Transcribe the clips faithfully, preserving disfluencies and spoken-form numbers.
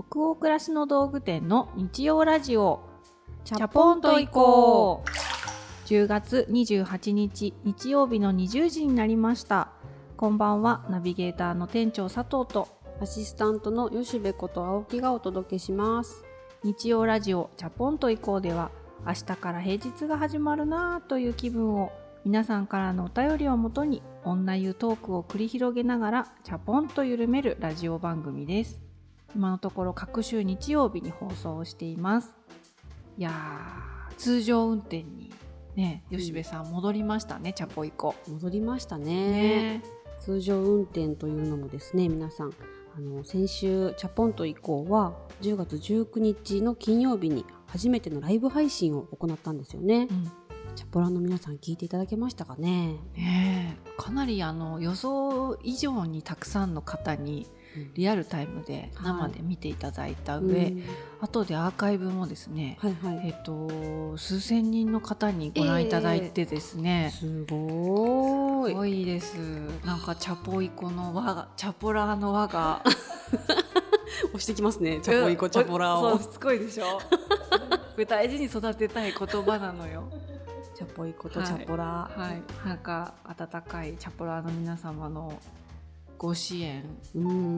北欧暮らしの道具店の日曜ラジオ、チャポンと行こう。じゅうがつにじゅうはちにち日曜日のにじゅうじになりました。こんばんは。ナビゲーターの店長佐藤とアシスタントの吉部こと青木がお届けします。 日曜ラジオチャポンと行こうでは、明日から平日が始まるなという気分を皆さんからのお便りをもとに女湯トークを繰り広げながらチャポンと緩めるラジオ番組です。今のところ各週日曜日に放送をしています。いやー、通常運転にね、吉部さん戻りましたね、うん、チャポイコ戻りましたね, ね通常運転というのもですね、皆さんあの先週チャポンと以降はじゅうがつじゅうくにちの金曜日に初めてのライブ配信を行ったんですよね、うん、チャポランの皆さん聞いていただけましたかね。 ねえ、かなりあの予想以上にたくさんの方にリアルタイムで生で見ていただいた上、はい、後でアーカイブもですね、はいはい、えっと、数千人の方にご覧いただいてですね、 えー、すごいすごいです。なんかチャポイコの輪が、チャポラーの輪が押してきますね、チャポイコチャポラーを。 そう、すごいでしょ大事に育てたい言葉なのよチャポイコとチャポラー、 はいはい、なんか温かいチャポラーの皆様のご支援、うん、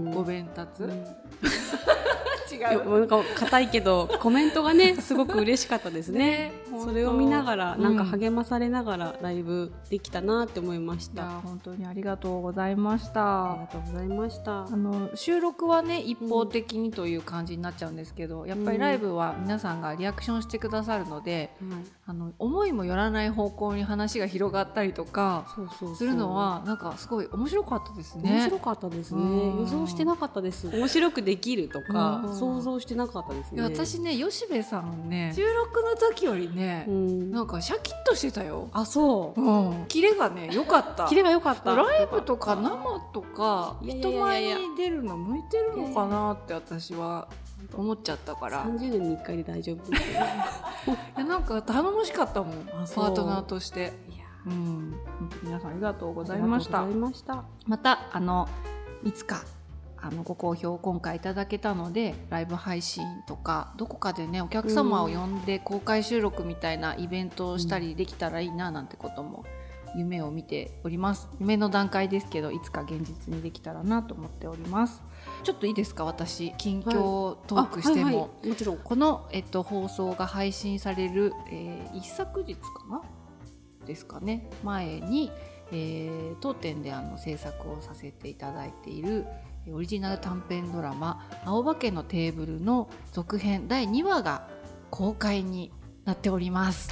ご鞭達、うん、違う、 なんか硬いけどコメントがねすごく嬉しかったですねそれを見ながらなんか励まされながらライブできたなって思いました、うん、 いや本当にありがとうございました。 ありがとうございました。 あの収録はね一方的にという感じになっちゃうんですけど、うん、やっぱりライブは皆さんがリアクションしてくださるので、うん、あの思いもよらない方向に話が広がったりとかするのはなんかすごい面白かったですね。 面白かったですね、うん、予想してなかったです。面白くできるとか、うん、想像してなかったですね。 私ね、吉部さんね収録の時よりね、うん、なんかシャキッとしてたよ。 あ、そう、 うん、キレがね良かったキレが良かった。 ライブとか生とか人前に出るの向いてるのかなって私は思っちゃったから。 さんじゅうねんにいっかいで大丈夫ですよいや、なんか頼もしかったもん、パートナーとして。いや、うん、本当に皆さんありがとうございました。 ありがとうございました。 またあのいつかあのご好評を今回いただけたので、ライブ配信とかどこかでねお客様を呼んで公開収録みたいなイベントをしたりできたらいいななんてことも夢を見ております。夢の段階ですけど、いつか現実にできたらなと思っております。ちょっといいですか、私近況トークしても、はいはいはい、 もちろんこの、えっと、放送が配信される、えー、一昨日かなですかね、前に、えー、当店であの制作をさせていただいているオリジナル短編ドラマ青葉家のテーブルの続編だいにわが公開になっております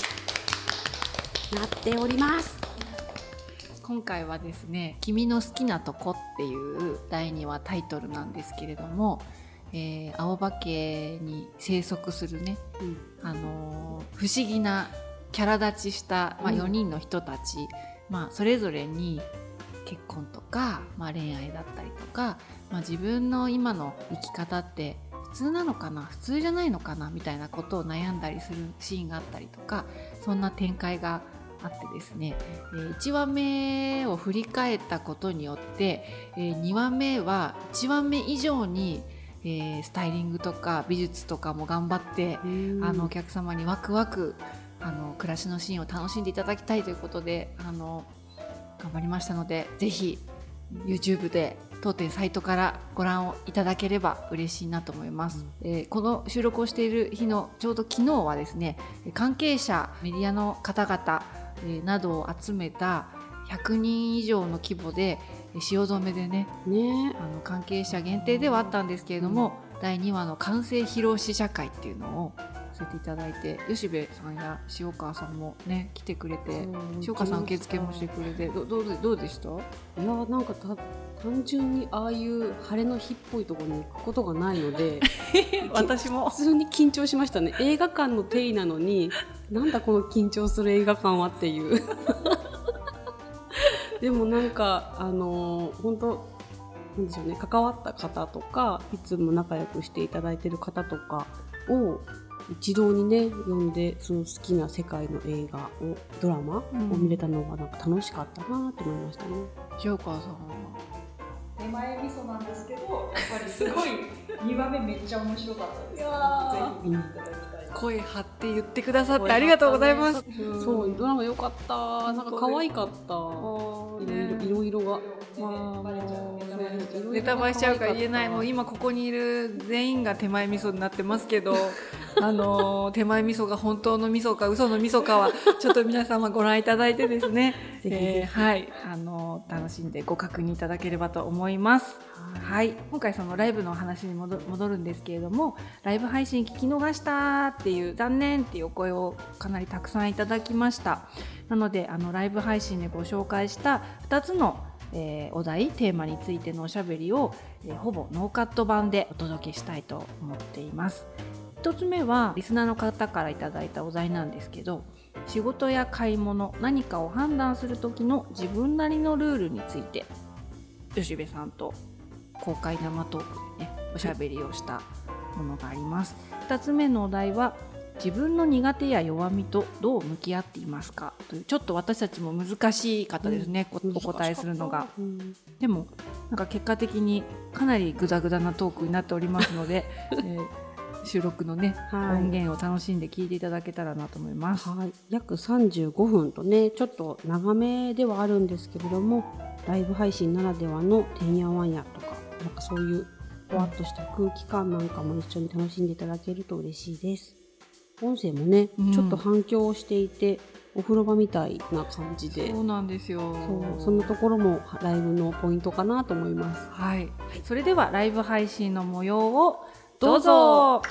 なっております今回はですね、君の好きなとこっていうだいにわタイトルなんですけれども、えー、青葉家に生息するね、うん、あのー、不思議なキャラ立ちした、まあ、よにんの人たち、うん、まあ、それぞれに結婚とか、まあ、恋愛だったりとか、まあ、自分の今の生き方って普通なのかな普通じゃないのかなみたいなことを悩んだりするシーンがあったりとか、そんな展開があってですね、いちわめを振り返ったことによってにわめはいちわめ以上にスタイリングとか美術とかも頑張ってあのお客様にワクワクあの暮らしのシーンを楽しんでいただきたいということであの頑張りましたので、ぜひ YouTube で当店サイトからご覧をいただければ嬉しいなと思います、うん、えー、この収録をしている日のちょうど昨日はですね、関係者メディアの方々、えー、などを集めたひゃくにん以上の規模で汐留で ね, ねあの関係者限定ではあったんですけれども、うん、だいにわの完成披露試写会っていうのをさせていただいて、吉部さんや塩川さんもね来てくれて、塩川さん受付もしてくれて ど, ど, うどうでした？いや、なんかた単純にああいう晴れの日っぽいところに行くことがないので私も普通に緊張しましたね。映画館の定位なのになんだこの緊張する映画館はっていうでもなんかあのー、本当なんでしょうね、関わった方とかいつも仲良くしていただいている方とかを一堂にね呼んで、その好きな世界の映画をドラマを見れたのがなんか楽しかったなと思いましたね。 塩川さんは手前味噌なんですけど、やっぱりすごいにばんめめっちゃ面白かったです。ぜひ見にいただきたい。 声張って言ってくださってありがとうございます。 そうドラマ良かった。なんか可愛かった。いろいろいろが。 まあネタバレしちゃうから言えない。もう今ここにいる全員が手前味噌になってますけどあの手前味噌が本当の味噌か嘘の味噌かはちょっと皆様ご覧いただいてですねぜひぜひ、えー、はいあの楽しんでご確認いただければと思います。はい、今回そのライブの話に戻るんですけれども、ライブ配信聞き逃したっていう残念っていうお声をかなりたくさんいただきました。なのであのライブ配信でご紹介したふたつのえー、お題テーマについてのおしゃべりを、えー、ほぼノーカット版でお届けしたいと思っています。ひとつめはリスナーの方からいただいたお題なんですけど、仕事や買い物何かを判断する時の自分なりのルールについて吉部さんと公開生トークでねおしゃべりをしたものがあります。ふたつめのお題は自分の苦手や弱みとどう向き合っていますかという、ちょっと私たちも難しかったですね、うん、お答えするのが、うん、でもなんか結果的にかなりグダグダなトークになっておりますので、えー、収録のね、はい、音源を楽しんで聞いていただけたらなと思います、 はい、約さんじゅうごふんとねちょっと長めではあるんですけれども、ライブ配信ならではのてんやわんやとかなんかそういうふわっとした空気感なんかも一緒に楽しんでいただけると嬉しいです。音声もね、うん、ちょっと反響していてお風呂場みたいな感じで、 そうなんですよ。 そうそんなところもライブのポイントかなと思います。 はい、それではライブ配信の模様をどうぞ。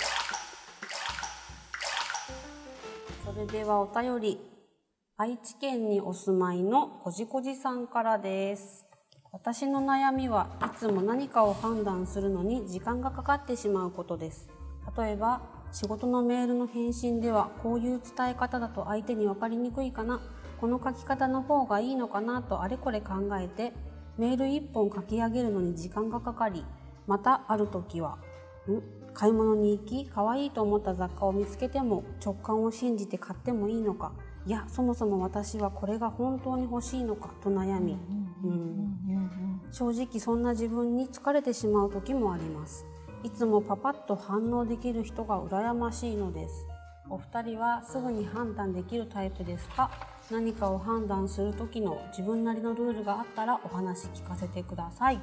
それではお便り、愛知県にお住まいのこじこじさんからです。私の悩みはいつも何かを判断するのに時間がかかってしまうことです。例えば仕事のメールの返信ではこういう伝え方だと相手に分かりにくいかな、この書き方の方がいいのかなとあれこれ考えてメールいっぽん書き上げるのに時間がかかり、またある時はん買い物に行き可愛いと思った雑貨を見つけても直感を信じて買ってもいいのか、いやそもそも私はこれが本当に欲しいのかと悩み、正直そんな自分に疲れてしまう時もあります。いつもパパッと反応できる人が羨ましいのです。お二人はすぐに判断できるタイプですか？何かを判断する時の自分なりのルールがあったらお話聞かせてください。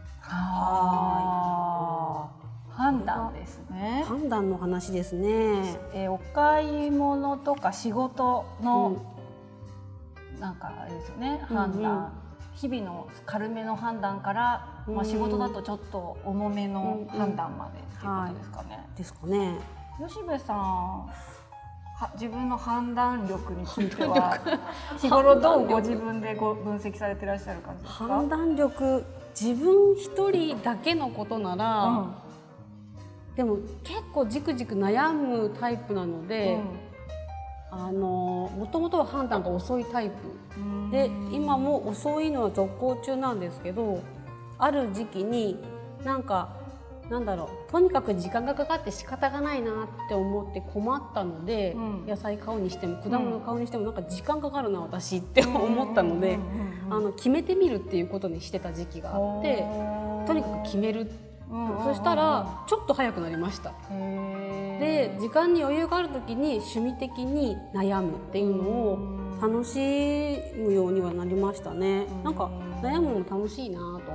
はーい、判断ですね。 判断の話ですね。 えー、お買い物とか仕事の、うん、なんかあれですよね、判断、うんうん、日々の軽めの判断から、まあ、仕事だとちょっと重めの判断までっていうことですかね。 はい、ですかね。 吉部さんは自分の判断力については日頃どうご自分でご分析されてらっしゃる感じですか？ 判断力、自分一人だけのことなら、うん、でも結構じくじく悩むタイプなので、うん、あのもともとは判断が遅いタイプで、今も遅いのは続行中なんですけど、ある時期になんかなんだろう、とにかく時間がかかって仕方がないなって思って困ったので、うん、野菜買うにしても果物買うにしてもなんか時間かかるな私って思ったので、あの決めてみるっていうことにしてた時期があって、とにかく決める、うん、そしたらちょっと早くなりました。で時間に余裕がある時に趣味的に悩むっていうのを楽しむようにはなりましたね。なんか悩むのも楽しいなと思って、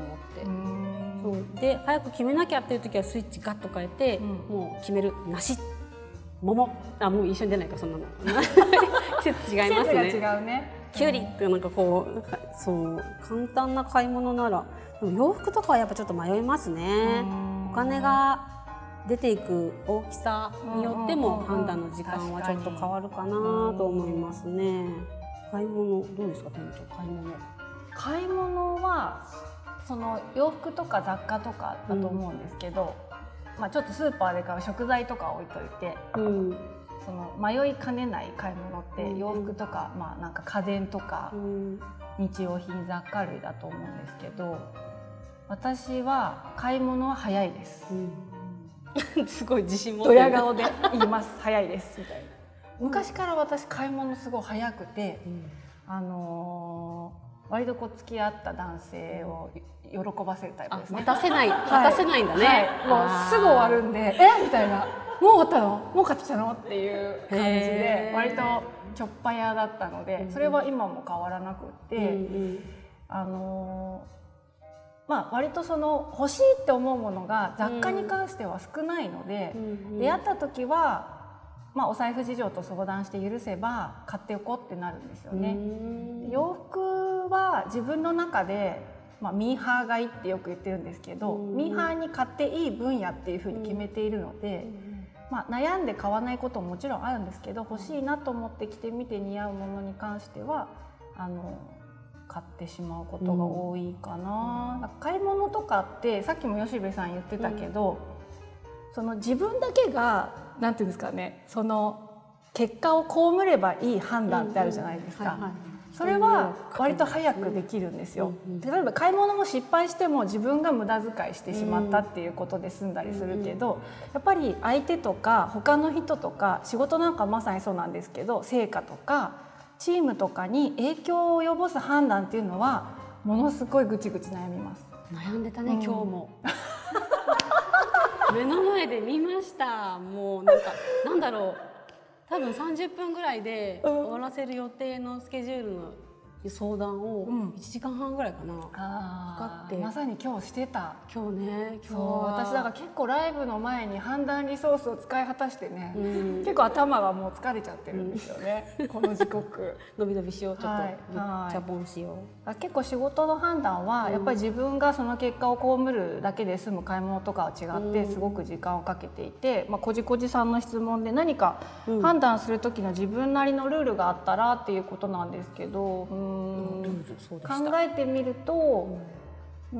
そうで早く決めなきゃっていう時はスイッチガッと変えて、うん、もう決める梨桃、あもう一緒に出ないかそんなの季節違いますね。 季節が違うね。 キュウリってなんかこうなんかそう簡単な買い物なら、でも洋服とかはやっぱちょっと迷いますね。お金が出ていく大きさによっても判断の時間はちょっと変わるかなと思いますね。買い物どうですか店長？買い物買い物はその洋服とか雑貨とかだと思うんですけど、うん、まあ、ちょっとスーパーで買う食材とか置いといて、うん、その迷いかねない買い物って洋服とか、うん、まあ、なんか家電とか、うん、日用品雑貨類だと思うんですけど、私は買い物は早いです、 うん、すごい自信持ってる。 ドヤ顔で言います早いですみたいな。昔から私買い物すごい早くて、うん、あのー割とこう付き合った男性を喜ばせるタイプですね。 待たせない、待たせないんだね、 はいはい、もうすぐ終わるんでえみたいな、もう終わったの、もう買ってきたのっていう感じで割とちょっぱやだったので、それは今も変わらなくって、うんうん、あのまあ割とその欲しいって思うものが雑貨に関しては少ないので、うんうん、出会った時はまあ、お財布事情と相談して許せば買っておこうってなるんですよね。洋服は自分の中で、まあ、ミーハー買いってよく言ってるんですけど、ミーハーに買っていい分野っていうふうに決めているので、まあ、悩んで買わないことももちろんあるんですけど、欲しいなと思って着てみて似合うものに関してはあの買ってしまうことが多いかな。うん、買い物とかってさっきも吉部さん言ってたけど、うん、その自分だけがなんていうんですかね、その結果を被ればいい判断ってあるじゃないですか。それは割と早くできるんですよ。例えば買い物も失敗しても自分が無駄遣いしてしまったっていうことで済んだりするけど、やっぱり相手とか他の人とか仕事なんかまさにそうなんですけど、成果とかチームとかに影響を及ぼす判断っていうのはものすごいぐちぐち悩みます。 悩んでたね、うん、今日も目の前で見ました。もうなんかなんだろう、多分さんじゅっぷんぐらいで終わらせる予定のスケジュールの相談をいちじかんはんぐらいかな、うん、かかって、 まさに今日してた。 今日ね、今日そう私だから結構ライブの前に判断リソースを使い果たしてね、うん、結構頭がもう疲れちゃってるんですよね、うん、この時刻伸び伸びしよう、ちょっと、はい、チャポンしよう。結構仕事の判断はやっぱり自分がその結果を被るだけで済む買い物とかは違ってすごく時間をかけていて、まあ、こじこじさんの質問で何か判断する時の自分なりのルールがあったらっていうことなんですけど、うん考えてみると、うん、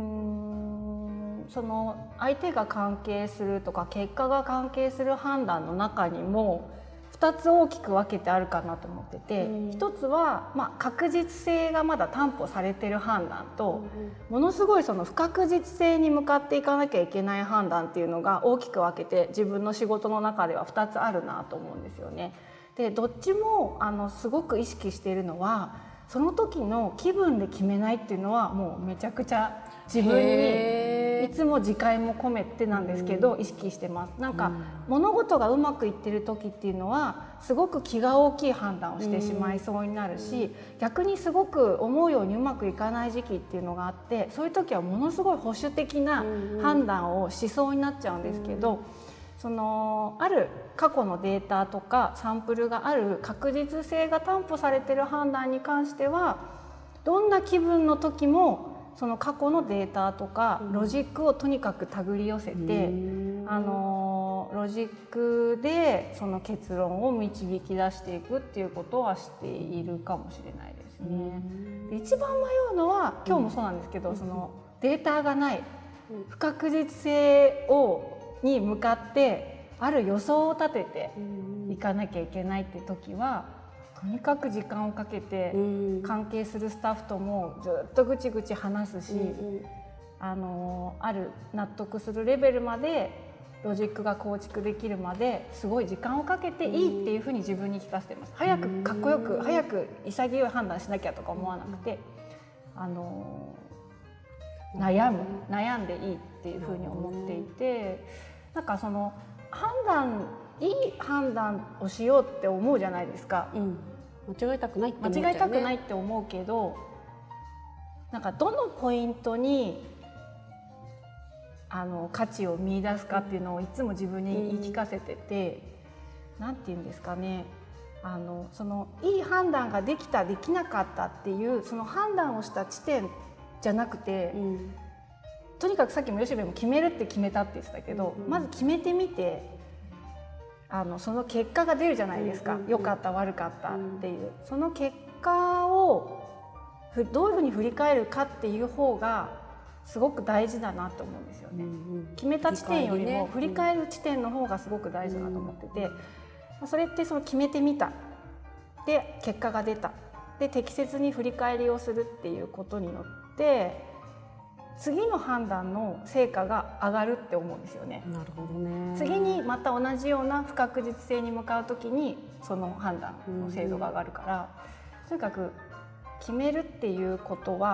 うーんその相手が関係するとか結果が関係する判断の中にもふたつ大きく分けてあるかなと思ってて、うん、ひとつは、まあ、確実性がまだ担保されている判断と、うん、ものすごいその不確実性に向かっていかなきゃいけない判断っていうのが大きく分けて自分の仕事の中ではふたつあるなと思うんですよね。でどっちもあのすごく意識しているのはその時の気分で決めないっていうのはもうめちゃくちゃ自分にいつも自戒も込めてなんですけど意識してます。なんか物事がうまくいってる時っていうのはすごく気が大きい判断をしてしまいそうになるし、逆にすごく思うようにうまくいかない時期っていうのがあって、そういう時はものすごい保守的な判断をしそうになっちゃうんですけど、そのある過去のデータとかサンプルがある確実性が担保されている判断に関してはどんな気分の時もその過去のデータとかロジックをとにかく手繰り寄せて、あのロジックでその結論を導き出していくっていうことはしているかもしれないですね。で一番迷うのは今日もそうなんですけど、そのデータがない不確実性をに向かってある予想を立てていかなきゃいけないって時はとにかく時間をかけて関係するスタッフともずっとぐちぐち話すし、あのある納得するレベルまでロジックが構築できるまですごい時間をかけていいっていうふうに自分に聞かせてます。早くかっこよく早く潔い判断しなきゃとか思わなくて、あの悩む悩んでいいっていうふうに思っていて、なんかその判断いい判断をしようって思うじゃないですか、うん、 間違えたくないって思っちゃうね。 間違えたくないって思うけど、なんかどのポイントにあの価値を見出すかっていうのをいつも自分に言い聞かせてて、うん、なんて言うんですかね、あのそのいい判断ができたできなかったっていうその判断をした地点じゃなくて、うん、とにかくさっきも吉部も決めるって決めたって言ってたけど、うん、まず決めてみてあのその結果が出るじゃないですか、良、うん、かった悪かったっていう、うん、その結果をどういうふうに振り返るかっていう方がすごく大事だなと思うんですよね、うんうん、決めた地点よりも振り返る地点の方がすごく大事だなと思ってて、うん、それってその決めてみたで結果が出たで適切に振り返りをするっていうことによって次の判断の成果が上がるって思うんですよね。 なるほどね。 次にまた同じような不確実性に向かうときにその判断の精度が上がるから、うん、とにかく決めるっていうことは決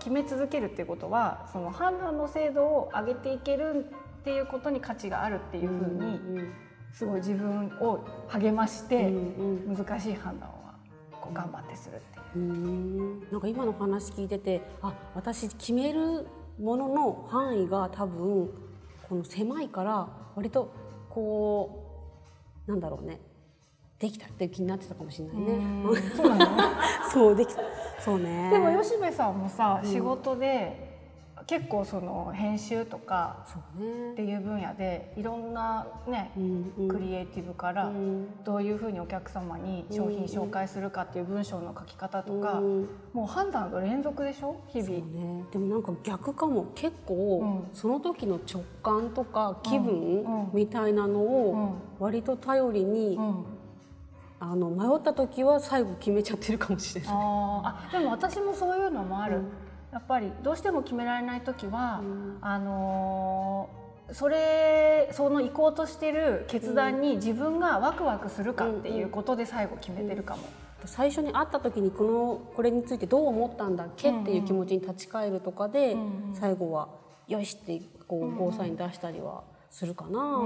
決め続けるっていうことはその判断の精度を上げていけるっていうことに価値があるっていうふうにすごい自分を励まして難しい判断をこう頑張ってするっていう。 うん、なんか今の話聞いてて、あ、私決めるものの範囲が多分この狭いから割とこうなんだろうね、できたっていう気になってたかもしれないね。 そうなの？ そうできた。そうね。 でも吉部さんもさ、うん、仕事で結構その編集とかっていう分野でいろんなね、うんうん、クリエイティブからどういうふうにお客様に商品紹介するかっていう文章の書き方とか、うん、もう判断の連続でしょ日々。そうね。でもなんか逆かも、結構、うん、その時の直感とか気分みたいなのを割と頼りに、うんうん、あの迷った時は最後決めちゃってるかもしれない。 ああ、でも私もそういうのもある、うん、やっぱりどうしても決められない時は、うん、あのー、それその行こうとしてる決断に自分がワクワクするかっていうことで最後決めてるかも、うんうん、 最初に会った時にこのこれについてどう思ったんだっけっていう気持ちに立ち返るとかで、うんうん、最後はよしってこうゴーサイン出したりはするかな、うん、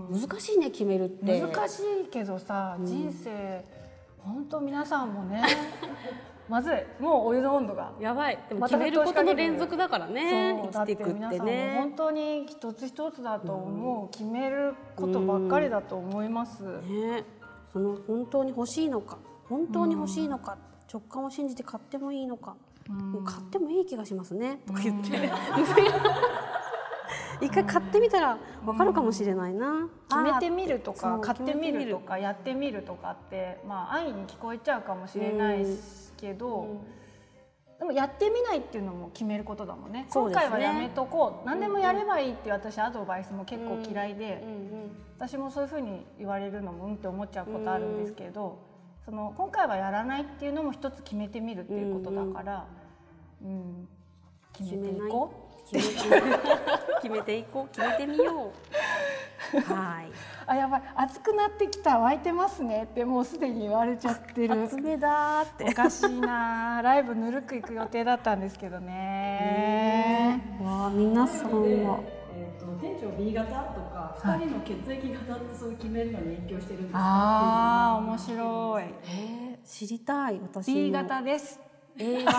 難しいね決めるって。 難しいけどさ、うん、人生本当皆さんもねまずい、もうお湯の温度がやばい。でも決めることの連続だからね、 そう生きていくってね。だって皆さんも本当に一つ一つだと思う、うん、決めることばっかりだと思います、うんね、その本当に欲しいのか本当に欲しいのか、うん、直感を信じて買ってもいいのか、うん、もう買ってもいい気がしますねとか言って、うん一回買ってみたら分かるかもしれないな、うん、 決めてみるとか買ってみるとかやってみるとかって、まあ、安易に聞こえちゃうかもしれないけど、うん、でもやってみないっていうのも決めることだもんね。今回はやめとこう、何でもやればいいっていう私アドバイスも結構嫌いで、うんうんうん、私もそういうふうに言われるのもうんって思っちゃうことあるんですけど、その今回はやらないっていうのも一つ決めてみるっていうことだから、うんうん、決めていこう決めて決めていこう決めてみようはい。 あ、やばい、暑くなってきた、湧いてますねってもうすでに言われちゃってる。 暑めだって。 おかしいな。ライブぬるく行く予定だったんですけどね。 わあ、皆さんは、 えー、と店長 ビー 型とかふたりの血液型ってそう決めるのに影響してるんですか？ ああ、面白い。 えー、知りたい。私もビー 型です。 A 型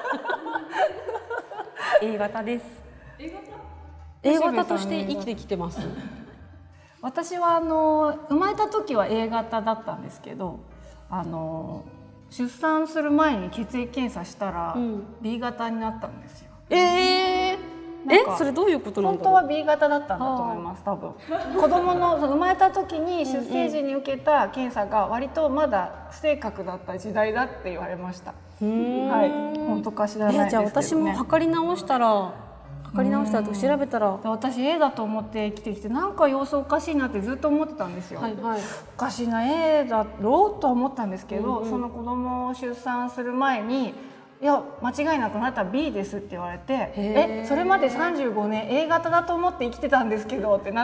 A 型です。 A 型？ A 型として生きてきてます。 私はあの生まれた時は A 型だったんですけど、あの出産する前に血液検査したら B 型になったんですよ。 うん、えー、え、それどういうことなんだろう。 本当は B 型だったんだと思います。多分子供の生まれた時に出生時に受けた検査が割とまだ不正確だった時代だって言われました。はい、本当か知らないですけどね。 じゃあ私も測り直したら測り直したと調べたら、 私 A だと思って生きてきてなんか様子おかしいなってずっと思ってたんですよ、はいはい、おかしいな A だろうとは思ったんですけど、うんうん、その子供を出産する前にいや間違いなくなったら B ですって言われて、えそれまでさんじゅうごねん A 型だと思って生きてたんですけどってなって、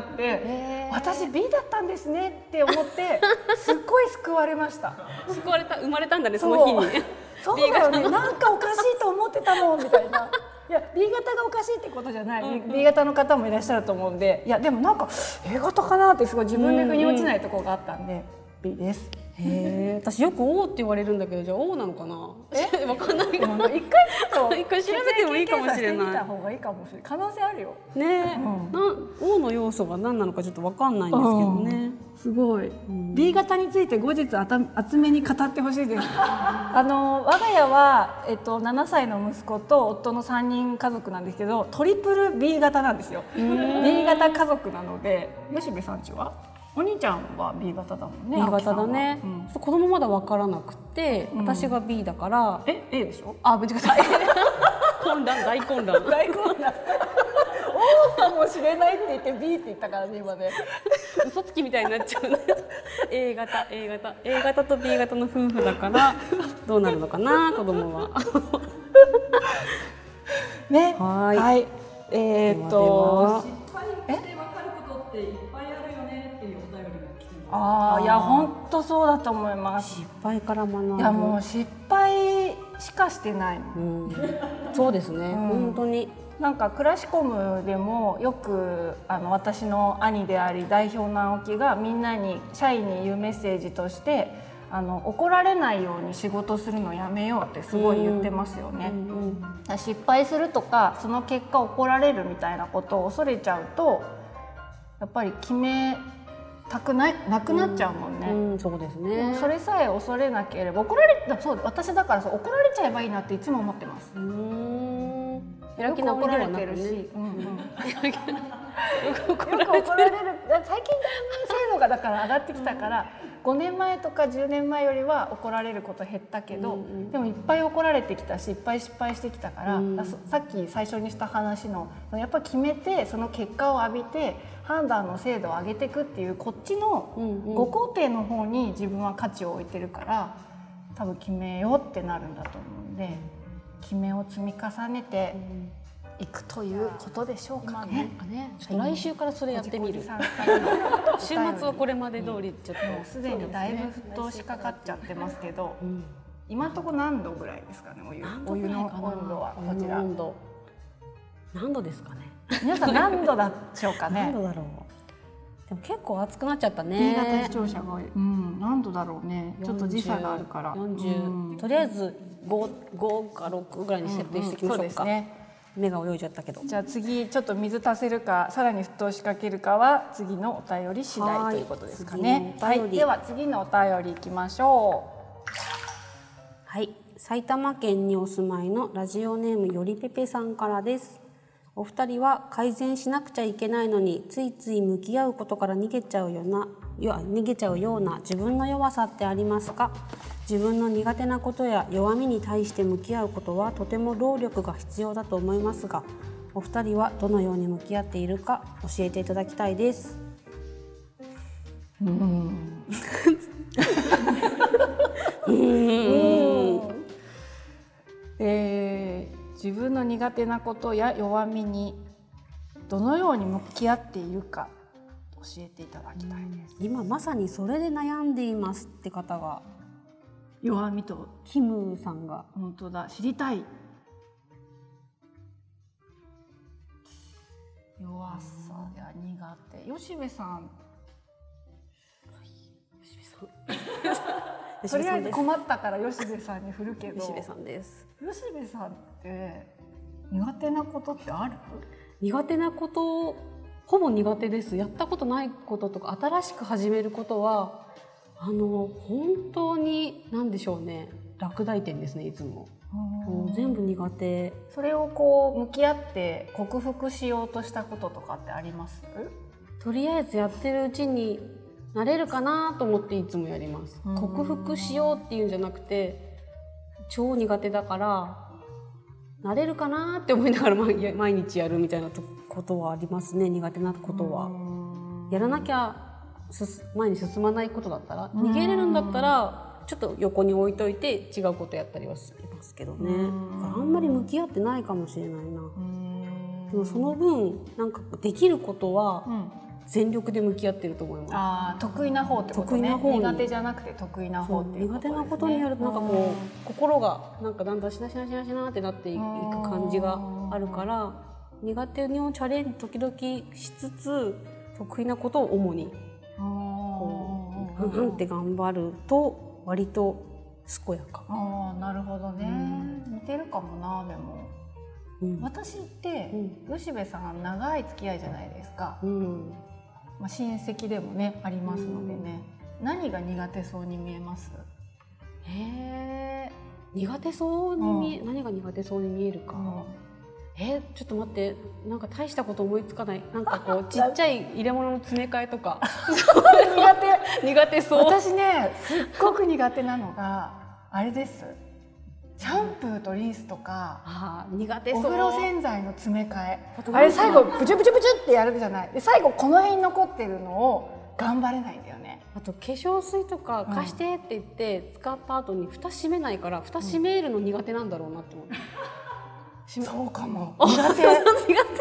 私 B だったんですねって思ってすっごい救われました。 救われた、生まれたんだねその日に。 そうだよね、なんかおかしいと思ってたもんみたいな。いや B 型がおかしいってことじゃない、うんうん、B 型の方もいらっしゃると思うんで、いやでもなんか A 型かなってすごい自分で腑に落ちないところがあったんで、うんうん、B です。 へえ、私よく O って言われるんだけど、じゃあ O なのかな。え、わかんない。一回ちょっと一回調べてもいいかもしれない。 見た方がいいかもしれない。可能性あるよ。 ね、うん、な O の要素が何なのかちょっとわかんないんですけどね。うん、 すごい、うん。B 型について後日あた厚めに語ってほしいです。あの我が家はえっとななさいの息子と夫のさんにん家族なんですけど、トリプル B 型なんですよ。B 型家族なので、吉部さんちは？お兄ちゃんは B 型だもんね。 B 型だね、うん、子供まだ分からなくて、うん、私が B だから、 え A でしょ。 あ、間違えた混乱、大混乱大混乱O かもしれないって言って B って言ったからね今ね。 嘘つきみたいになっちゃうね。A 型 A 型 A 型と B 型の夫婦だからどうなるのかな子供は。 ね、 はい、 はい、えー、っとああ、いや本当そうだと思います。 失敗から学ぶ。 いやもう失敗しかしてないの、 うん、そうですね、うん、本当になんかクラシコムでもよくあの私の兄であり代表の青木がみんなに社員に言うメッセージとしてあの怒られないように仕事するのやめようってすごい言ってますよね、うんうん、失敗するとかその結果怒られるみたいなことを恐れちゃうとやっぱり決めたくないなくなっちゃうもんね、 うんうん、そうですね。 それさえ恐れなければ怒られそう私だからそう怒られちゃえばいいなっていつも思ってます。うーんよく怒られてるし、よく怒られる。最近だいぶ精度がだから上がってきたから、ごねんまえとかじゅうねんまえよりは怒られること減ったけど、うんうん、でもいっぱい怒られてきたしいっぱい失敗してきたから、うん、さっき最初にした話のやっぱり決めてその結果を浴びて判断の精度を上げていくっていうこっちのご工程の方に自分は価値を置いてるから多分決めようってなるんだと思うんで決めを積み重ねていくということでしょうかね。 ちょっと来週からそれやってみる。週末はこれまで通りちょっともうすでにだいぶ沸騰しかかっちゃってますけど、うん、今のところ何度ぐらいですかね。お湯、お湯の温度はこちら。 温度何度ですかね。 皆さん何度だしょうかね。 何度だろう。でも結構暑くなっちゃったね。 新潟視聴者が、うん、何度だろうね。ちょっと時差があるから。 よんじゅう、うん、とりあえずご、ごかろくぐらいに設定していきましょうか。うんうん、そうですね。目が泳いじゃったけど。 じゃあ次ちょっと水足せるかさらに沸騰しかけるかは次のお便り次第ということですかね。はい、では次のお便りいきましょう。 はい、埼玉県にお住まいのラジオネームよりぺぺさんからです。お二人は改善しなくちゃいけないのについつい向き合うことから逃げちゃうような逃げちゃうような自分の弱さってありますか？自分の苦手なことや弱みに対して向き合うことはとても労力が必要だと思いますが、お二人はどのように向き合っているか教えていただきたいです。うーんうーんえー、自分の苦手なことや弱みにどのように向き合っているか教えていただきたいです。 今まさにそれで悩んでいますって方が弱みとキムさんが本当だ知りたい弱さや苦手吉部さん吉部さんとりあえず困ったから吉部さんに振るけど吉部さんです。 吉部さんって苦手なことってある？ 苦手なことほぼ苦手です。やったことないこととか新しく始めることはあの本当に何でしょうね落第点ですねいつも。もう全部苦手。 それをこう向き合って克服しようとしたこととかってあります？ とりあえずやってるうちになれるかなと思っていつもやります。克服しようっていうんじゃなくて超苦手だからなれるかなって思いながら毎日やるみたいなことはありますね。苦手なことはやらなきゃ前に進まないことだったら逃げれるんだったらちょっと横に置いといて違うことやったりはしますけどね。あんまり向き合ってないかもしれないな。でもその分なんかできることは全力で向き合ってると思います。 ああ得意な方ってことね。得意な方苦手じゃなくて得意な方っていうことですね。 苦手なことにやるとなんかこう心がなんかだんだんしなしなしなしなってなっていく感じがあるから苦手にチャレンジ時々しつつ得意なことを主にこうふんって頑張ると割と健やか。 ああなるほどね、うん、似てるかもな。でも、うん、私って、うん、吉部さん長い付き合いじゃないですか、うんまあ、親戚でもねありますのでね、うん、何が苦手そうに見えます？ へえ苦手そうに見え、うん、何が苦手そうに見えるか、うんえちょっと待ってなんか大したこと思いつかない。なんかこうちっちゃい入れ物の詰め替えとか苦手苦手そう。 私ねすっごく苦手なのがあれです。シャンプーとリンスとか、 あ苦手そう。 お風呂洗剤の詰め替えあれ最後ブチュブチュブチュってやるじゃない。で最後この辺に残ってるのを頑張れないんだよね。 あと化粧水とか貸してって言って使った後に蓋閉めないから蓋閉めるの苦手なんだろうなって思って、 うんそうかも苦手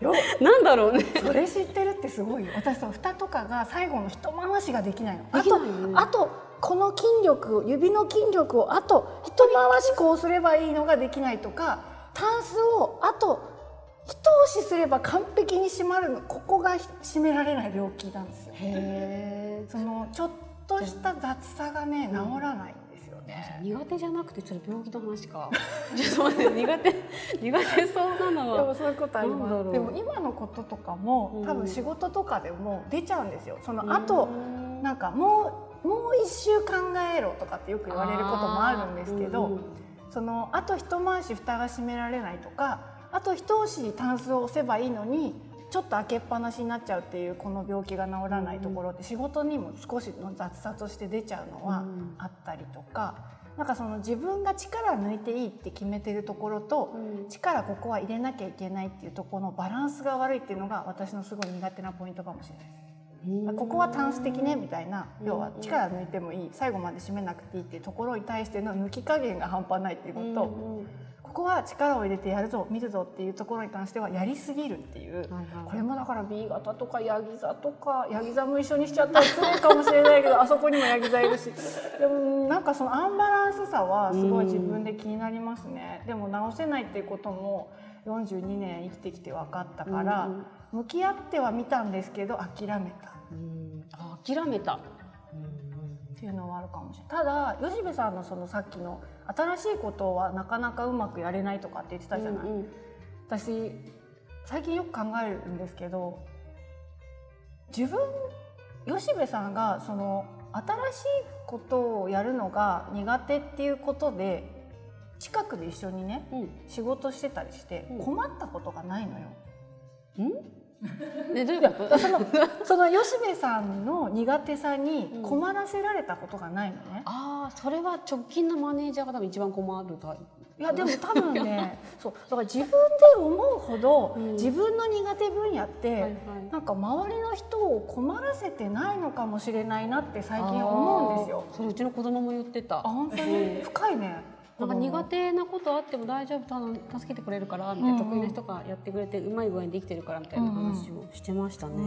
なんだろうね。 それ知ってるってすごいよ。私さ蓋とかが最後の一回しができないの。 できないよね。 あとあとこの筋力を指の筋力をあと一回しこうすればいいのができないとか、タンスをあと一押しすれば完璧に締まるの、ここが締められない病気なんですよ。 へー。 そのちょっとした雑さがね治らないんですよね。 苦手じゃなくてそれ病気の話か。ちょっと待って、苦手苦手そうなのは。 でもそういうことありなんだろう。 ます。でも今のこととかも多分仕事とかでも出ちゃうんですよ。そのあとなんかもうもう一周考えろとかってよく言われることもあるんですけど、うんうん、そのあと一回し蓋が閉められないとか、あと一押しタンスを押せばいいのにちょっと開けっぱなしになっちゃうっていうこの病気が治らないところって仕事にも少しの雑さとして出ちゃうのはあったりとか、なんかその自分が力抜いていいって決めてるところと、力ここは入れなきゃいけないっていうところのバランスが悪いっていうのが私のすごい苦手なポイントかもしれないです。ここはタンス的ねみたいな、要は力抜いてもいい、最後まで締めなくていいっていうところに対しての抜き加減が半端ないっていうのと、ここは力を入れてやるぞ見るぞっていうところに関してはやりすぎるっていう、これもだから ビー 型とかヤギ座とか、ヤギ座も一緒にしちゃったら失礼かもしれないけどあそこにもヤギ座いるし、でもなんかそのアンバランスさはすごい自分で気になりますね。でも直せないっていうこともよんじゅうにねん生きてきて分かったから、向き合ってはみたんですけど諦めた。 うん、あ、諦めた、うん、 っていうのはあるかもしれない。ただ吉部さんのそのさっきの新しいことはなかなかうまくやれないとかって言ってたじゃない、うんうん、私最近よく考えるんですけど、自分吉部さんがその新しいことをやるのが苦手っていうことで近くで一緒にね、うん、仕事してたりして困ったことがないのよ。 うんね、どういうことそのその吉部さんの苦手さに困らせられたことがないのね、うん、 ああ、それは直近のマネージャーが多分一番困るタイプ。 いやでも多分ねそうだから自分で思うほど、うん、自分の苦手分野って、はいはい、なんか周りの人を困らせてないのかもしれないなって最近思うんですよ。 それうちの子供も言ってた。 あ、本当に深いね。 なんか苦手なことあっても大丈夫、助けてくれるからみたいな、うんうん、得意な人がやってくれてうまい具合にできてるからみたいな話をしてましたね。うんうん、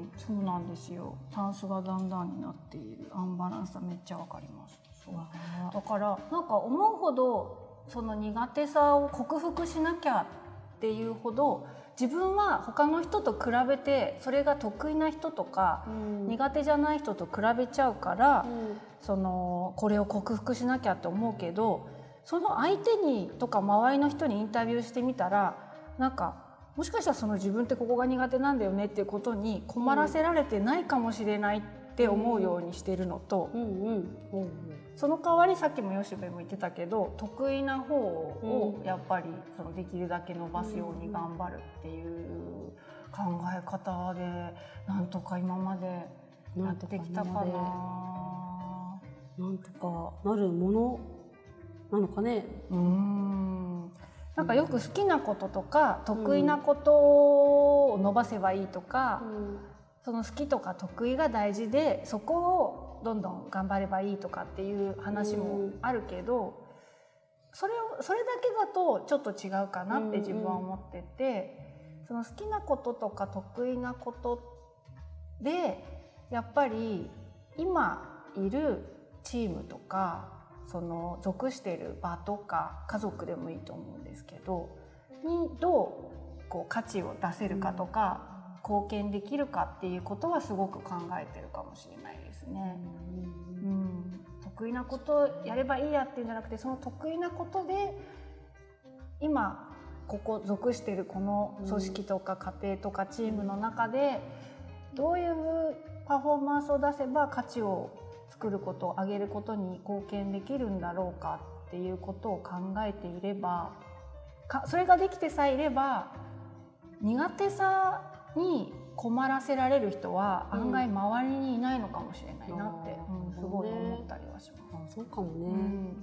そうなんですよ。タンスがだんだんになっているアンバランスはめっちゃわかります。そうだからなんか思うほどその苦手さを克服しなきゃっていうほど自分は他の人と比べてそれが得意な人とか、うん、苦手じゃない人と比べちゃうから、うん、そのこれを克服しなきゃって思うけど、その相手にとか周りの人にインタビューしてみたら、なんかもしかしたらその自分ってここが苦手なんだよねっていうことに困らせられてないかもしれないって思うようにしてるのと、その代わりさっきも吉部も言ってたけど得意な方をやっぱりそのできるだけ伸ばすように頑張るっていう考え方でなんとか今までやってきたかな。 なんとかなるものなのかね。 うーん、なんかよく好きなこととか得意なことを伸ばせばいいとか、うん、その好きとか得意が大事でそこをどんどん頑張ればいいとかっていう話もあるけど、うん、それをそれだけだとちょっと違うかなって自分は思ってて、うん、その好きなこととか得意なことでやっぱり今いるチームとかその属している場とか家族でもいいと思うんですけどにどうこう価値を出せるかとか、うん、貢献できるかっていうことはすごく考えてるかもしれないですね。うんうん、得意なことをやればいいやっていうんじゃなくて、その得意なことで今ここ属しているこの組織とか家庭とかチームの中でどういうパフォーマンスを出せば価値を作ることを上げることに貢献できるんだろうかっていうことを考えていれば、かそれができてさえいれば苦手さに困らせられる人は案外周りにいないのかもしれないなって、うんうん、すごい思ったりはします。 あ、そうかもね、うん、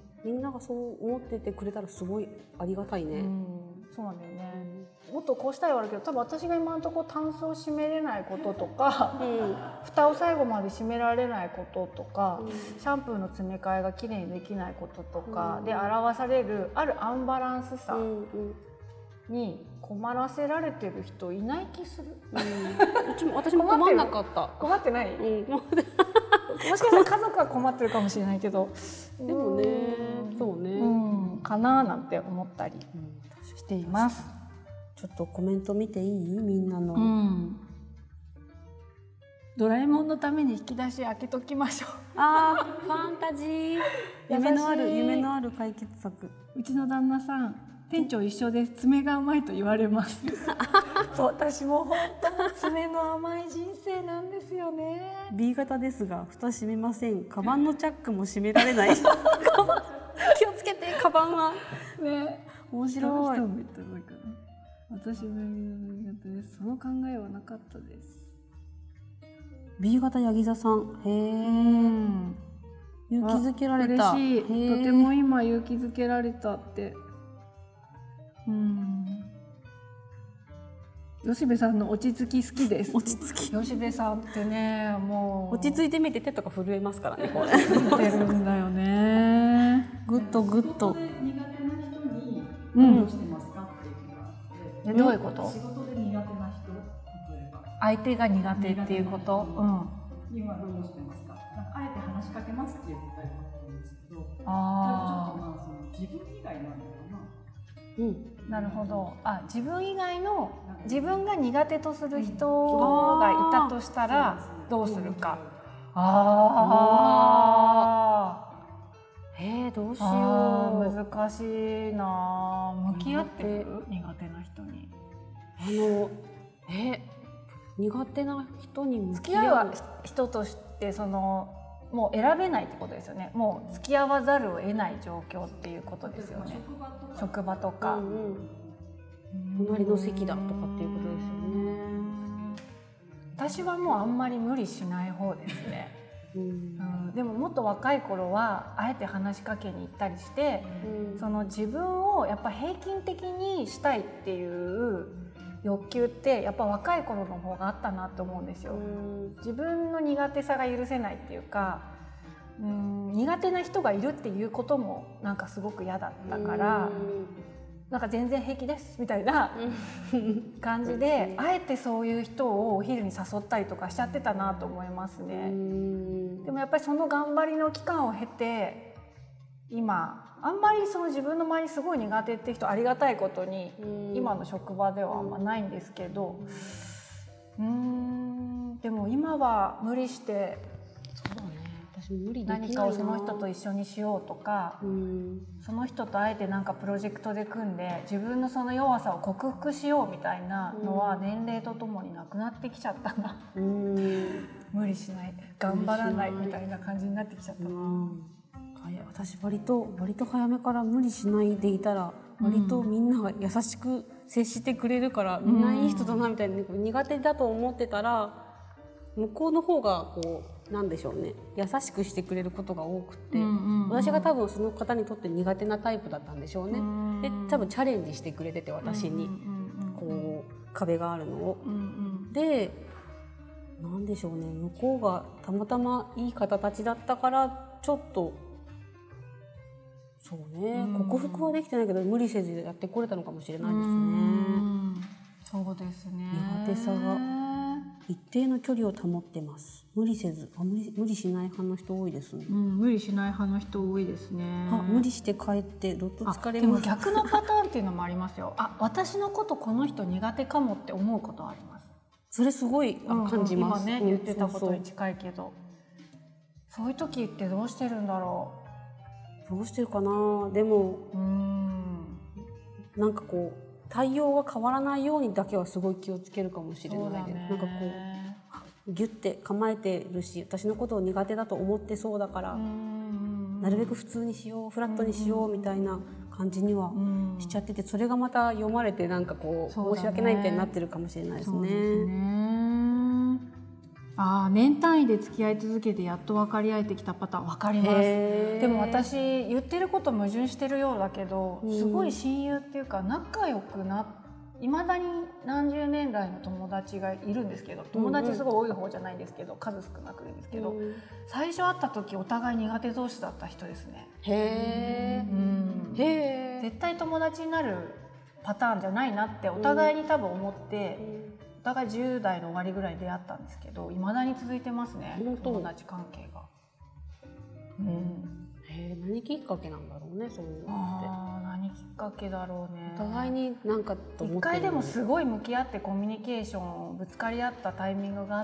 みんながそう思っててくれたらすごいありがたいね、うん、 そうなんだよね、うん、もっとこうしたいはあるけど多分私が今のところタンスを閉めれないこととか、うん、蓋を最後まで閉められないこととか、うん、シャンプーの詰め替えがきれいにできないこととかで表されるあるアンバランスさにこ困らせられてる人いない気する。 うん、うちも私も困んなかった。 困ってない。うん、もしかしたら家族は困ってるかもしれないけど、 でもね、そうね、 うん、かななんて思ったりしています。 ちょっとコメント見ていい？みんなの。うん、 ドラえもんのために引き出し開けときましょう。 ああ、ファンタジー。夢のある夢のある解決策。 うちの旦那さん、店長一緒です。爪が甘いと言われます。私も本当に爪の甘い人生なんですよね。 ビー 型ですが蓋閉めません。カバンのチャックも閉められない。気をつけて、カバンは。 ね、 面白い。 私も ビー 型です。その考えはなかったです。 ビー 型ヤギ座さん。へえ。勇気づけられた。 嬉しい。とても今勇気づけられたって。うん。吉部さんの落ち着き好きです。 落ち着き。 吉部さんってね、もう落ち着いてみて手とか震えますからね。これ。 見てるんだよね。 グッとグッと。 苦手な人にどうしてますかっていうのがあって。 どういうこと？ 仕事で苦手な人、例えば。 相手が苦手っていうこと。うん。 今どうしてますか。あえて話しかけますって言ったりもあるんですけど。 ああ。 ちょっとまあその自分以外なのかな。 うん。なるほど。あ、自分以外の自分が苦手とする人がいたとしたらどうするか。ああ。 えー、どうしよう。難しいな。向き合ってる苦手な人に。 あのえ苦手な人に向き合う。付き合う人としてそのもう選べないってことですよね。もう付き合わざるを得ない状況っていうことですよね。職場とか。 うんうん、隣の席だとかっていうことですよね。 私はもうあんまり無理しない方ですね。うん、うん、でももっと若い頃はあえて話しかけに行ったりして、うん、その自分をやっぱ平均的にしたいっていう欲求ってやっぱ若い頃の方があったなと思うんですよ。うん、自分の苦手さが許せないっていうか、うん、苦手な人がいるっていうこともなんかすごく嫌だったから、うん、なんか全然平気ですみたいな感じであえてそういう人をお昼に誘ったりとかしちゃってたなと思いますね。うん、でもやっぱりその頑張りの期間を経て今あんまりその自分の周りすごい苦手って人ありがたいことに今の職場ではあんまないんですけど、うーんでも今は無理してそうだね、私無理できないな。 何かをその人と一緒にしようとか、うんその人とあえてなんかプロジェクトで組んで自分のその弱さを克服しようみたいなのは年齢とともになくなってきちゃったな。うん無理しない頑張らないみたいな感じになってきちゃったな。うん私割と割と早めから無理しないでいたら割とみんなが優しく接してくれるから、うん、みんないい人だなみたいな、苦手だと思ってたら向こうの方がこうなんでしょうね優しくしてくれることが多くて、うんうんうん、私が多分その方にとって苦手なタイプだったんでしょうね。うん、で多分チャレンジしてくれてて私にこう壁があるのを、うんうん、でなんでしょうね向こうがたまたまいい方たちだったからちょっとそうね、克服はできてないけど無理せずやってこれたのかもしれないですね。 そうですね。 苦手さが一定の距離を保ってます。無理せずあ 無理、無理しない派の人多いですね。 うん、無理しない派の人多いですね。 あ無理して帰ってどっと疲れます。 でも逆のパターンっていうのもありますよ。あ私のことこの人苦手かもって思うことあります。 それすごい感じます。 今ね言ってたことに近いけど、そうそうそういう時ってどうしてるんだろう。 どうしてるかな。でもうーんなんかこう対応が変わらないようにだけはすごい気をつけるかもしれないです。なんかこうギュッて構えてるし私のことを苦手だと思ってそうだからなるべく普通にしようフラットにしようみたいな感じにはしちゃってて、それがまた読まれてなんかこう申し訳ないみたいになってるかもしれないですね。そうですね。 あ年単位で付き合い続けてやっと分かり合えてきたパターン分かります。でも私言ってること矛盾してるようだけどすごい親友っていうか仲良くないまだに何十年来の友達がいるんですけど友達すごい多い方じゃないんですけど数少なくいるんですけど最初会った時お互い苦手同士だった人ですね。 へー、うん、 へー絶対友達になるパターンじゃないなってお互いに多分思って、うん、お互いじゅう代の終わりぐらいに出会ったんですけど、未だに続いてますね、友達関係が。うん、 へえ、何きっかけなんだろうね、そういうのって。 あー、何きっかけだろうね。 お互いになんかと思ってる。 一回でもすごい向き合ってコミュニケーションをぶつかり合ったタイミングがあって、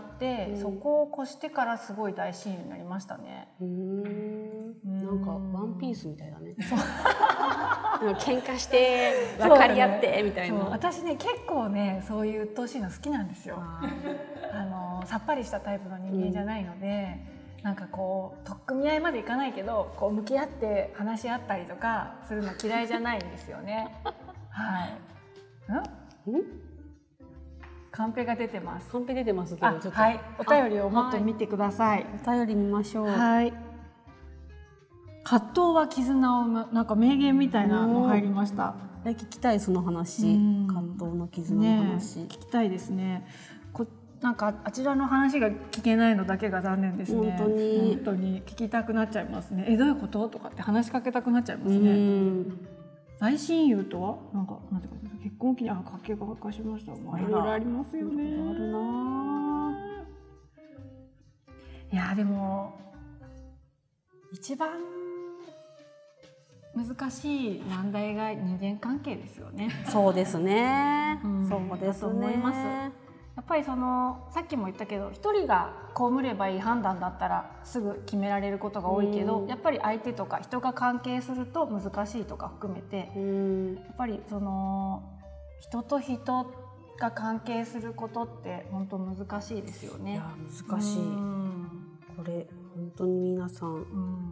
うん、そこを越してからすごい大親友になりましたね。 うーん、なんかワンピースみたいだね。喧嘩して分かり合ってみたいな。 私ね、結構ね、そういう鬱陶しいの好きなんですよ。あのさっぱりしたタイプの人間じゃないので、うん、なんかこう取っ組み合いまでいかないけど、こう向き合って話し合ったりとかするの嫌いじゃないんですよね。はい。ん？ん？カンペが出てます。 カンペ出てますけど、ちょっと、 はい、お便りをもっと見てください。 お便り見ましょう。 はい。葛藤は絆を生む、なんか名言みたいなの入りました。 聞きたい、その話。葛藤の絆の話、 ね、聞きたいですね。こなんかあちらの話が聞けないのだけが残念ですね。 本当に本当に聞きたくなっちゃいますね。え、どういうこととかって話しかけたくなっちゃいますね。大親友とはなんかなんていうか、結婚期にあ家計が悪化しました。まあいろいろありますよね。 あるな。 いやでも一番難しい難題が人間関係ですよね。 そうですね。うん、そうですね。 だと思います。やっぱりそのさっきも言ったけど、一人が被ればいい判断だったらすぐ決められることが多いけど、うん、やっぱり相手とか人が関係すると難しいとか含めて、うん、やっぱりその人と人が関係することって本当難しいですよね。 いや難しい。うん、これ本当に皆さん、うん、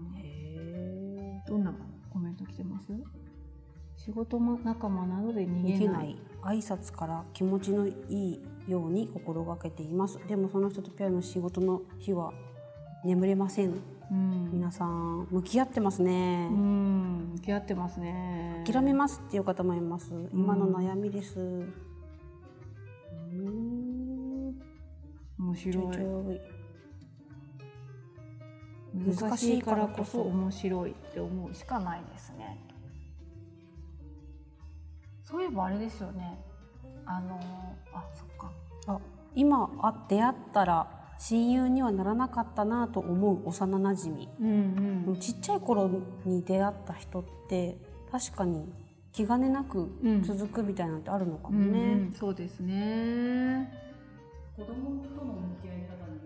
へえ。 どんなコメント来てます？仕事仲間などで逃げない。 挨拶から気持ちのいいように心がけています。でもその人とペアの仕事の日は眠れません。うん、皆さん向き合ってますね。 うん、向き合ってますね。 諦めますっていう方もいます。今の悩みです。うん、 面白い。 ちょい難しいからこそ面白いって思うしかないですね。そういえばあれですよね。あのあそっかあ今あ出会ったら親友にはならなかったなと思う幼なじみ、うんうん、ちっちゃい頃に出会った人って確かに気兼ねなく続くみたいなのってあるのかもね。うんうんうん、 そうですね。 子供との向き合い方になります。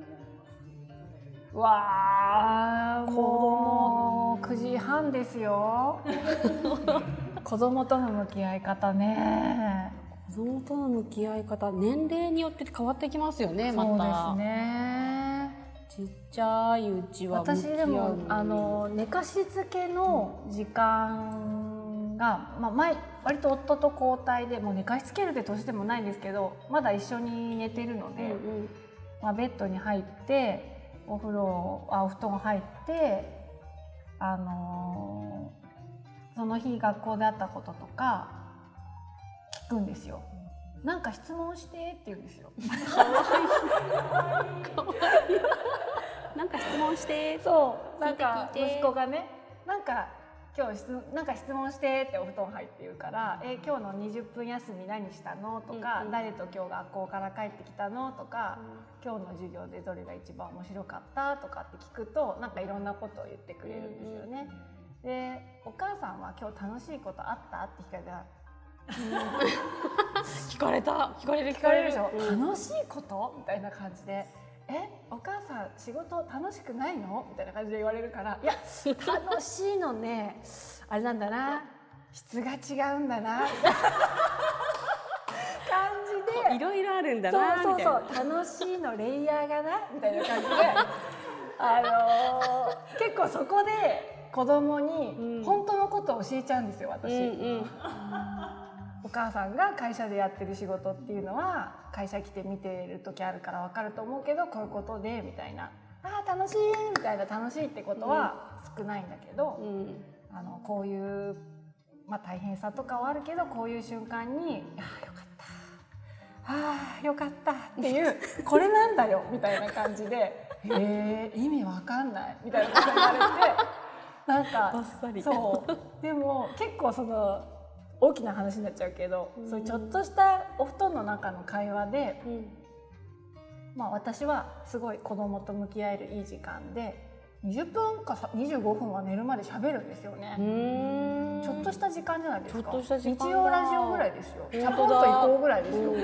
わー、もうくじはんですよ。子供との向き合い方ね。 子供との向き合い方、年齢によって変わってきますよね。また。 そうですね。 ちっちゃいうちは向き合う。 私でもあの寝かしつけの時間が、まあ、前割と夫と交代で、もう寝かしつけるって年でもないんですけど、まだ一緒に寝てるので、うんうん、まあ、ベッドに入ってお風呂あお布団入ってあのその日学校であったこととか聞くんですよ。なんか質問してって言うんですよ。かわいい。かわいい。なんか質問して。そう。なんか息子がね、なんか今日質なんか質問してってお布団入って言うから、え今日のにじゅっぷん休み何したのとか、うんうん、誰と今日学校から帰ってきたのとか、うん、今日の授業でどれが一番面白かったとかって聞くと、なんかいろんなことを言ってくれるんですよね。うんうん、で、お母さんは今日楽しいことあったって聞かれたら。 聞かれた聞かれる聞かれるでしょ、うん、楽しいことみたいな感じで、えお母さん仕事楽しくないのみたいな感じで言われるから、いや楽しいのね、あれなんだな、質が違うんだなみたいな感じで、 いろいろあるんだなそうそうそう、楽しいのレイヤーがなみたいな感じであのー、結構そこで子供に本当のことを教えちゃうんですよ、私。うんうん、お母さんが会社でやってる仕事っていうのは会社来て見てる時あるから分かると思うけど、こういうことでみたいな、あー楽しいみたいな、楽しいってことは少ないんだけど、うん、あのこういう、まあ、大変さとかはあるけど、こういう瞬間に「あーよかったあーよかった」っていうこれなんだよみたいな感じで「へえ意味わかんない」みたいなこと言われて。なんかそうでも結構その大きな話になっちゃうけど、うん、そういうちょっとしたお布団の中の会話で、うん、まあ私はすごい子供と向き合えるいい時間でにじゅっぷんかにじゅうごふんは寝るまで喋るんですよね。うーん、ちょっとした時間じゃないですか。ちょっとした時間だ。日曜ラジオぐらいですよ。チャポンと行こうぐらいですよ。うんうん、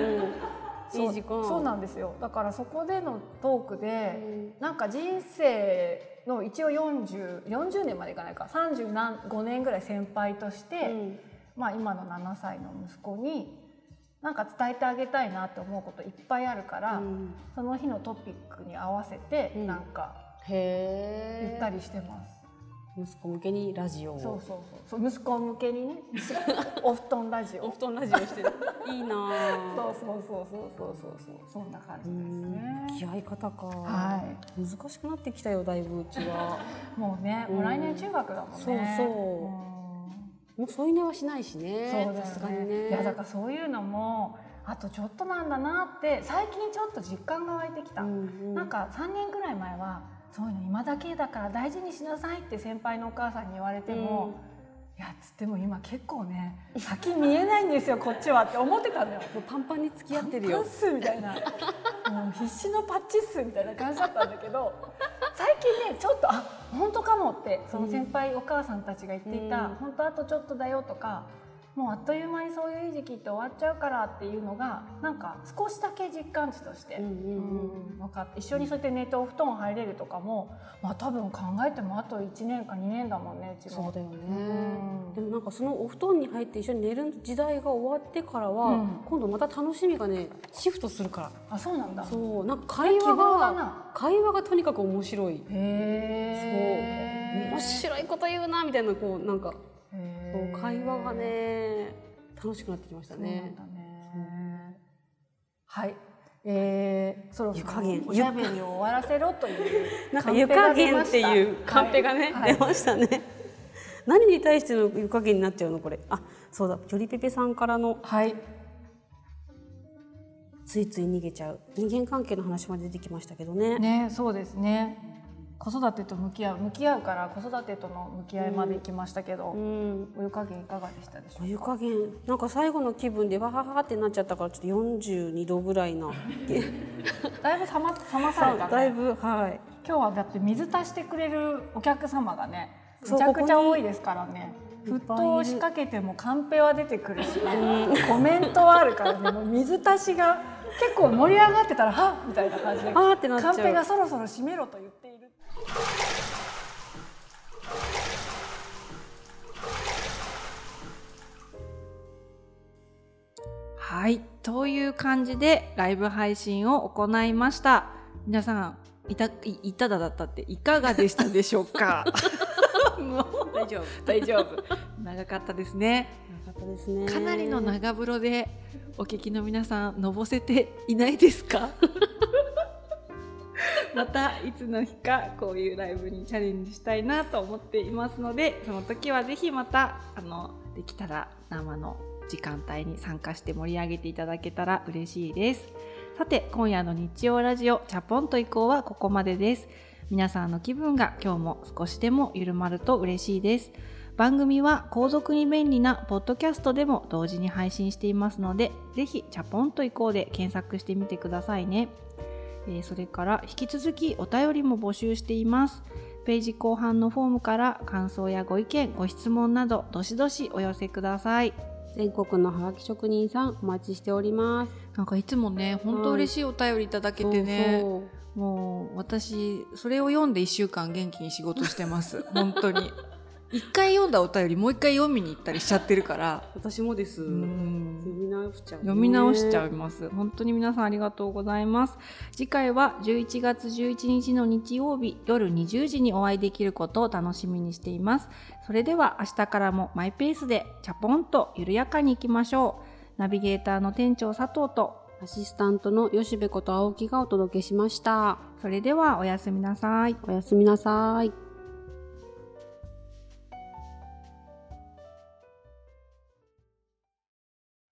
いい時間。そうなんですよ。だからそこでのトークで、うん、なんか人生の一応よんじゅう、よんじゅうねんまでいかないかさんじゅうごねんぐらい先輩として、うん、まあ今のななさいの息子になんか伝えてあげたいなって思うこといっぱいあるから、うん、その日のトピックに合わせてなんか、うん、へ言ったりしてます。 息子向けにラジオを。 そうそうそう。息子向けにね、お布団ラジオ。 お布団ラジオしてる。いいな。 そうそうそうそうそうそうそう。そんな感じですね。 気合い方か。 はい。 難しくなってきたよ、だいぶうちは。 もうね、もう来年中学だもんね。 そうそう。もう添い寝はしないしね。さすがにね。 いやだからそういうのもあとちょっとなんだなって最近ちょっと実感が湧いてきた。なんかさんねんぐらい前は。そういうの今だけだから大事にしなさいって先輩のお母さんに言われても、うん、いやつっても今結構ね先見えないんですよこっちはって思ってたんだよ。 もうパンパンに付き合ってるよ。 パンパンっすみたいなもう必死のパッチっすみたいな感じだったんだけど最近ねちょっとあ本当かもってその先輩、うん、お母さんたちが言っていた、うん、本当あとちょっとだよとかもうあっという間にそういういい時期って終わっちゃうからっていうのがなんか少しだけ実感値として分かって一緒にそうやって寝てお布団入れるとかもまあ多分考えてもあといちねんかにねんだもんねうちも。そうだよね、うん、でもなんかそのお布団に入って一緒に寝る時代が終わってからは、うん、今度また楽しみがねシフトするから。 あ、そうなんだ。 そうなんか会話が会話がとにかく面白い。 へー、 そう面白いこと言うなみたいなこうなんかそう会話がね楽しくなってきましたね。 そうなんだね。はい。えー、そろそろおしゃべりを終わらせろというなんか湯加減っていうカンペがね、はい、出ましたね。何に対しての湯加減になっちゃうのこれ。あ、そうだ。ジョリペペさんからの、 はい、 ついつい逃げちゃう人間関係の話まで出てきましたけどね。 ね、そうですね。子育てと向き合う向き合うから子育てとの向き合いまで行きましたけど、うん、お湯加減いかがでしたでしょうか。 お湯加減なんか最後の気分でわははってなっちゃったからちょっとよんじゅうにどぐらいなだいぶ冷ま、冷まされたね。 だいぶ、はい、 今日はだって水足してくれるお客様がねめちゃくちゃ多いですからね。沸騰を仕掛けてもカンペは出てくるしね、コメントはあるからねもう水足しが結構盛り上がってたらはっみたいな感じでカンペがそろそろ閉めろと言っている。 はい、という感じでライブ配信を行いました。皆さんいたいいただだったっていかがでしたでしょうか。もう大丈夫大丈夫長かったですね。 長かったですね。 かなりの長風呂でお聞きの皆さんのぼせていないですか。またいつの日かこういうライブにチャレンジしたいなと思っていますので、その時はぜひまたあのできたら生の時間帯に参加して盛り上げていただけたら嬉しいです。さて今夜の日曜ラジオチャポンと移行はここまでです。皆さんの気分が今日も少しでも緩まると嬉しいです。番組は後続に便利なポッドキャストでも同時に配信していますので、ぜひチャポンと移行で検索してみてくださいね。えー、それから引き続きお便りも募集しています。ページ後半のフォームから感想やご意見ご質問などどしどしお寄せください。 全国のハガキ職人さんお待ちしております。 なんかいつもね本当嬉しいお便りいただけてね、そうそうもう私それを読んでいっしゅうかん元気に仕事してます本当に一回読んだお便りもう一回読みに行ったりしちゃってるから私もです。うん読み直しちゃう、ね、 読み直しちゃいます。本当に皆さんありがとうございます。次回はじゅういちがつじゅういちにちの日曜日夜にじゅうじにお会いできることを楽しみにしています。それでは明日からもマイペースでチャポンと緩やかにいきましょう。ナビゲーターの店長佐藤とアシスタントの吉部こと青木がお届けしました。 それではおやすみなさい。 おやすみなさい。